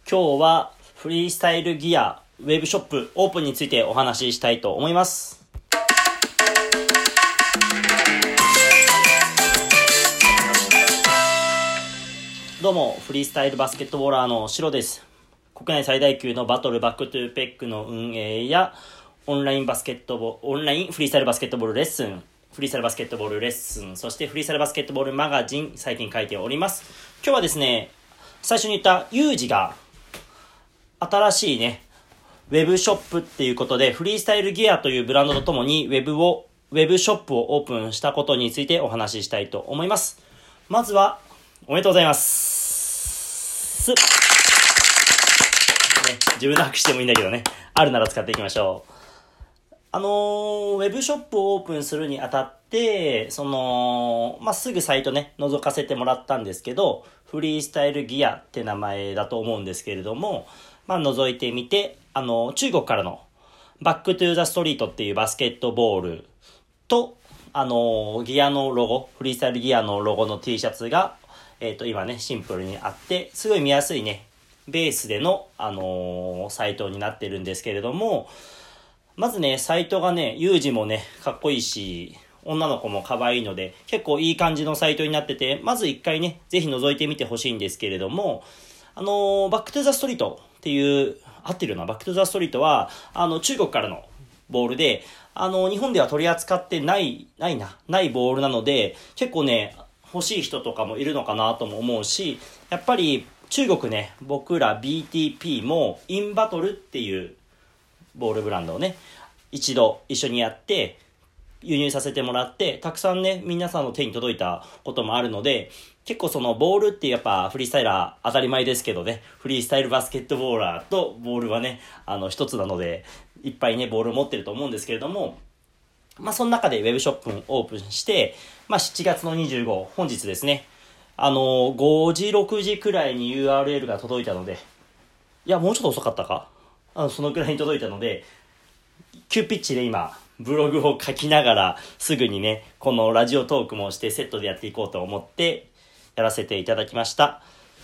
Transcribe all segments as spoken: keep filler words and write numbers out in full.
今日はフリースタイルギアウェブショップオープンについてお話ししたいと思います。どうも、フリースタイルバスケットボーラーのシロです。国内最大級のバトルバックトゥーペックの運営やオンラインバスケットボオンラインフリースタイルバスケットボールレッスンフリースタイルバスケットボールレッスンそしてフリースタイルバスケットボールマガジン最近書いております。今日はですね、最初に言ったユージが新しいねウェブショップっていうことでフリースタイルギアというブランドとともにウェブをウェブショップをオープンしたことについてお話ししたいと思います。まずはおめでとうございます、ね、自分の拍手でもいいんだけどね、あるなら使っていきましょう。あのー、ウェブショップをオープンするにあたってその、まあ、すぐサイトね覗かせてもらったんですけど、フリースタイルギアって名前だと思うんですけれども、まあ、覗いてみて、あの中国からのバックトゥーザストリートっていうバスケットボールと、あのギアのロゴ、フリースタイルギアのロゴの T シャツが、えっと今ねシンプルにあって、すごい見やすいねベースでの、あのー、サイトになってるんですけれども、まずねサイトがね、ユージもねかっこいいし女の子も可愛いので結構いい感じのサイトになってて、まず一回ねぜひ覗いてみてほしいんですけれども、あのー、バックトゥザストリートっていう合ってるよな、バックトゥザストリートはあの中国からのボールで、あの日本では取り扱ってないないなないボールなので、結構ね欲しい人とかもいるのかなとも思うし、やっぱり中国ね、僕ら ビーティーピー もインバトルっていうボールブランドをね一度一緒にやって輸入させてもらって、たくさんね皆さんの手に届いたこともあるので、結構そのボールってやっぱフリースタイラー当たり前ですけどね、フリースタイルバスケットボーラーとボールはねあの一つなので、いっぱいねボールを持ってると思うんですけれども、まあその中でウェブショップをオープンして、まあしちがつのにじゅうご、本日ですね、あのごじろくじくらいに ユーアールエル が届いたので、いやもうちょっと遅かったか、あのそのくらいに届いたので、急ピッチで今ブログを書きながらすぐにねこのラジオトークもしてセットでやっていこうと思ってやらせていただきました。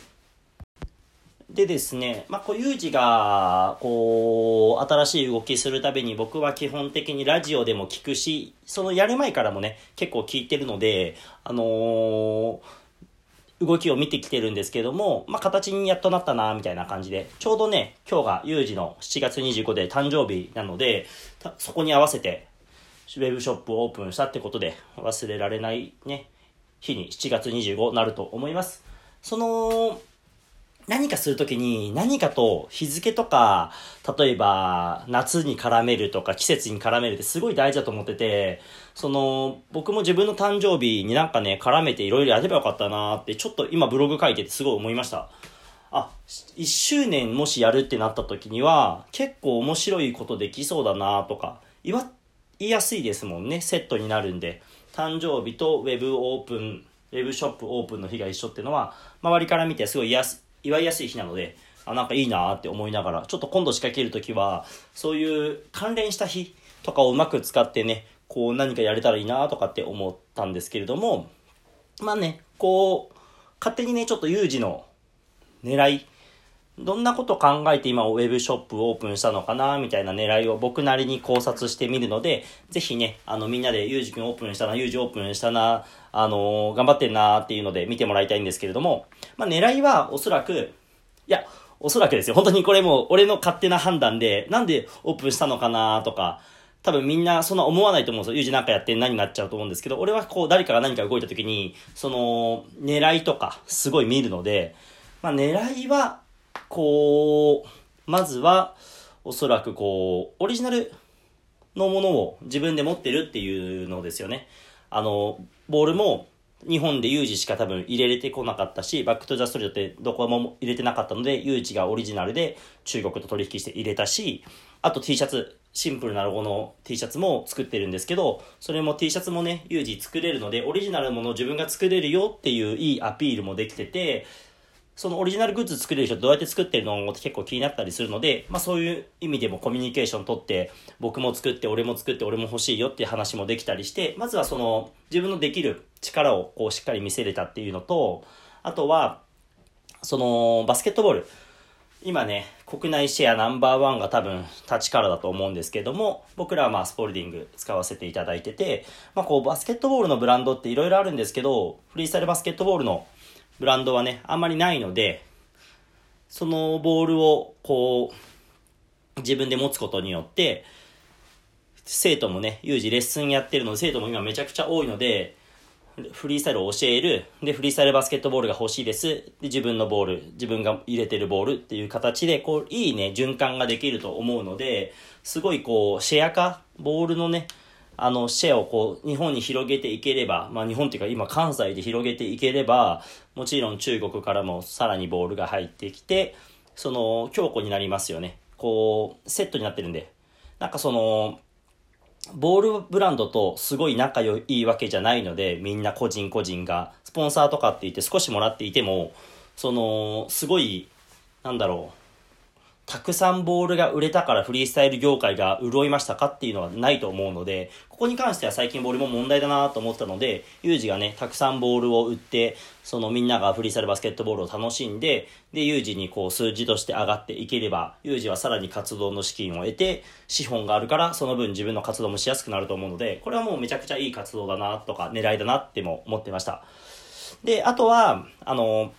でですね、まあ、こうユージがこう新しい動きするたびに僕は基本的にラジオでも聞くし、そのやる前からもね結構聞いてるので、あのー、動きを見てきてるんですけども、まあ、形にやっとなったなみたいな感じで、ちょうどね今日がユージのしちがつにじゅうごで誕生日なので、そこに合わせてウェブショップをオープンしたってことで、忘れられないね日にしちがつにじゅうごなると思います。その何かするときに何かと日付とか、例えば夏に絡めるとか季節に絡めるってすごい大事だと思ってて、その僕も自分の誕生日になんかね絡めていろいろやればよかったなってちょっと今ブログ書いててすごい思いました。あ、いっしゅうねんもしやるってなった時には結構面白いことできそうだなとか言わ言いやすいですもんね。セットになるんで、誕生日とウェブオープンウェブショップオープンの日が一緒っていうのは周りから見てすごいやす祝いやすい日なので、あ、なんかいいなって思いながら、ちょっと今度仕掛けるときはそういう関連した日とかをうまく使ってね、こう何かやれたらいいなとかって思ったんですけれども、まあね、こう勝手にねちょっと有事の狙い、どんなこと考えて今ウェブショップをオープンしたのかなみたいな狙いを僕なりに考察してみるので、ぜひねあのみんなでユージくんオープンしたな、ユージオープンしたな、あのー、頑張ってんなっていうので見てもらいたいんですけれども、まあ狙いはおそらく、いやおそらくですよ、本当にこれもう俺の勝手な判断で、なんでオープンしたのかなとか多分みんなそんな思わないと思うんですよ。ユージなんかやって何になっちゃうと思うんですけど、俺はこう誰かが何か動いた時にその狙いとかすごい見るので、まあ狙いはこうまずはおそらくこうオリジナルのものを自分で持ってるっていうのですよね。あのボールも日本でユージしか多分入れれてこなかったし、バックトゥザストリートってどこも入れてなかったのでユージがオリジナルで中国と取引して入れたし、あと T シャツ、シンプルなロゴの T シャツも作ってるんですけど、それも T シャツもねユージ作れるので、オリジナルのものを自分が作れるよっていういいアピールもできてて、そのオリジナルグッズ作れる人どうやって作ってるのって結構気になったりするので、まあそういう意味でもコミュニケーション取って、僕も作って俺も作って俺も欲しいよっていう話もできたりして、まずはその自分のできる力をこうしっかり見せれたっていうのと、あとはそのバスケットボール今ね、国内シェアナンバーワンが多分立川だと思うんですけども、僕らはまあスポルディング使わせていただいてて、まあこうバスケットボールのブランドっていろいろあるんですけど、フリースタイルバスケットボールのブランドはね、あんまりないので、そのボールをこう、自分で持つことによって、生徒もね、有事レッスンやってるので、生徒も今めちゃくちゃ多いので、フリースタイルを教える。で、フリースタイルバスケットボールが欲しいです。で、自分のボール、自分が入れてるボールっていう形で、こう、いいね、循環ができると思うので、すごいこう、シェア化、ボールのね、あの、シェアをこう、日本に広げていければ、まあ日本っていうか今関西で広げていければ、もちろん中国からもさらにボールが入ってきて、その、強固になりますよね。こう、セットになってるんで。なんかその、ボールブランドとすごい仲良いわけじゃないので、みんな個人個人がスポンサーとかって言って少しもらっていても、そのすごいなんだろう、たくさんボールが売れたからフリースタイル業界が潤いましたかっていうのはないと思うので、ここに関しては最近ボールも問題だなと思ったので、ユージがねたくさんボールを売って、そのみんながフリースタイルバスケットボールを楽しんで、でユージにこう数字として上がっていければ、ユージはさらに活動の資金を得て、資本があるからその分自分の活動もしやすくなると思うので、これはもうめちゃくちゃいい活動だなとか狙いだなっても思ってました。であとはあの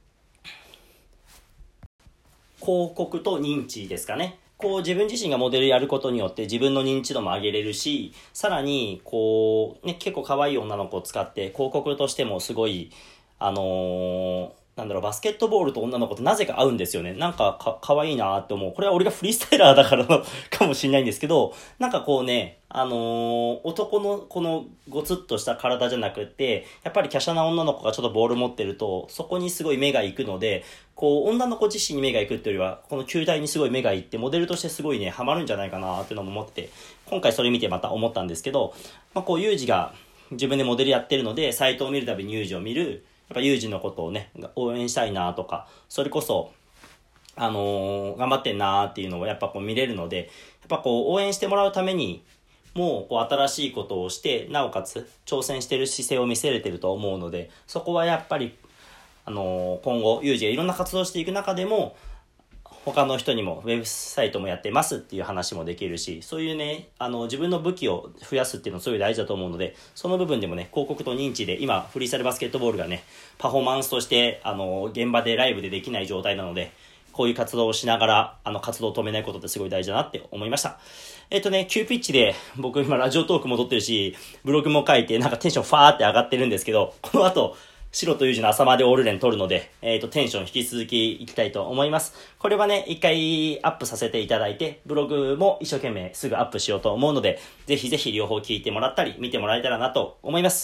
広告と認知ですかね。こう自分自身がモデルやることによって自分の認知度も上げれるし、さらにこうね、結構可愛い女の子を使って広告としてもすごいあのーなんだろう、バスケットボールと女の子となぜか合うんですよね。なんかか、かわいいなって思う。これは俺がフリースタイラーだからのかもしれないんですけど、なんかこうね、あのー、男のこのゴツッとした体じゃなくって、やっぱり華奢な女の子がちょっとボール持ってると、そこにすごい目が行くので、こう、女の子自身に目が行くっていうよりは、この球体にすごい目が行って、モデルとしてすごいね、ハマるんじゃないかなっていうのも思ってて、今回それ見てまた思ったんですけど、まあこう、ユージが自分でモデルやってるので、サイトを見るたびにユージを見る、やっぱユージのことをね応援したいなとか、それこそあのー、頑張ってんなーっていうのをやっぱこう見れるので、やっぱこう応援してもらうためにもうこう新しいことをして、なおかつ挑戦してる姿勢を見せれてると思うので、そこはやっぱりあのー、今後ユージがいろんな活動をしていく中でも、他の人にもウェブサイトもやってますっていう話もできるし、そういうね、あの自分の武器を増やすっていうのはすごい大事だと思うので、その部分でもね、広告と認知で今フリースタイルバスケットボールがねパフォーマンスとしてあの現場でライブでできない状態なので、こういう活動をしながらあの活動を止めないことってすごい大事だなって思いました。えっとね、急ピッチで僕今ラジオトークも撮ってるし、ブログも書いてなんかテンションファーって上がってるんですけど、この後白とユージの朝までオールレン撮るので、えっと、テンション引き続きいきたいと思います。これはね、一回アップさせていただいて、ブログも一生懸命すぐアップしようと思うので、ぜひぜひ両方聞いてもらったり、見てもらえたらなと思います。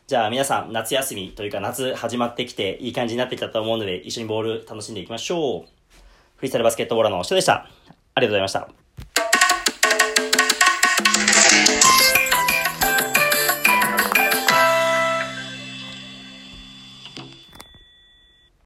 じゃあ皆さん、夏休みというか夏始まってきて、いい感じになってきたと思うので、一緒にボール楽しんでいきましょう。フリースタイルバスケットボールの人でした。ありがとうございました。